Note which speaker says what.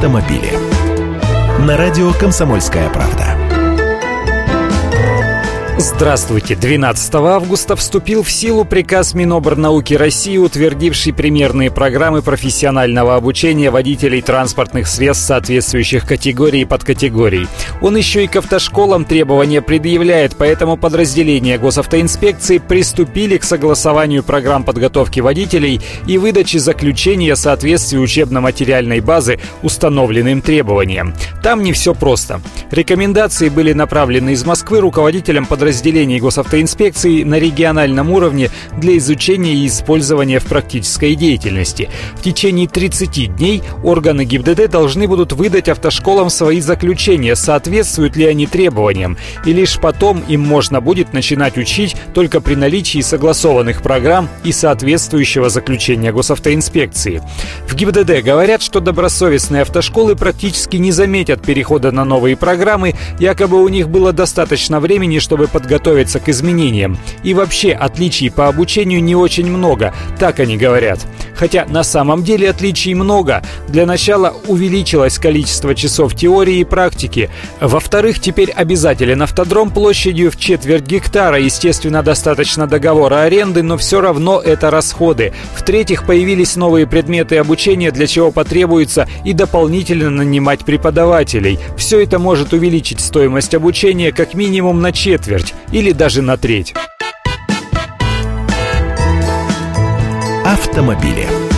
Speaker 1: автомобили. На радио «Комсомольская правда».
Speaker 2: Здравствуйте. 12 августа вступил в силу приказ Миноборнауки России, утвердивший примерные программы профессионального обучения водителей транспортных средств соответствующих категорий и подкатегорий. Он еще и к автошколам требования предъявляет, поэтому подразделения госавтоинспекции приступили к согласованию программ подготовки водителей и выдаче заключения о соответствии учебно-материальной базы установленным требованиям. Там не все просто. Рекомендации были направлены из Москвы руководителям подразделений госавтоинспекции на региональном уровне для изучения и использования в практической деятельности. В течение 30 дней органы ГИБДД должны будут выдать автошколам свои заключения, соответствуют ли они требованиям, и лишь потом им можно будет начинать учить только при наличии согласованных программ и соответствующего заключения госавтоинспекции. В ГИБДД говорят, что добросовестные автошколы практически не заметят перехода на новые программы, якобы у них было достаточно времени, чтобы подготовиться к изменениям. И вообще отличий по обучению не очень много, так они говорят. Хотя на самом деле отличий много. Для начала увеличилось количество часов теории и практики. Во-вторых, теперь обязателен автодром площадью в четверть гектара. Естественно, достаточно договора аренды, но все равно это расходы. В-третьих, появились новые предметы обучения, для чего потребуется и дополнительно нанимать преподавателей. Все это может увеличить стоимость обучения как минимум на четверть или даже на треть.
Speaker 1: Автомобили.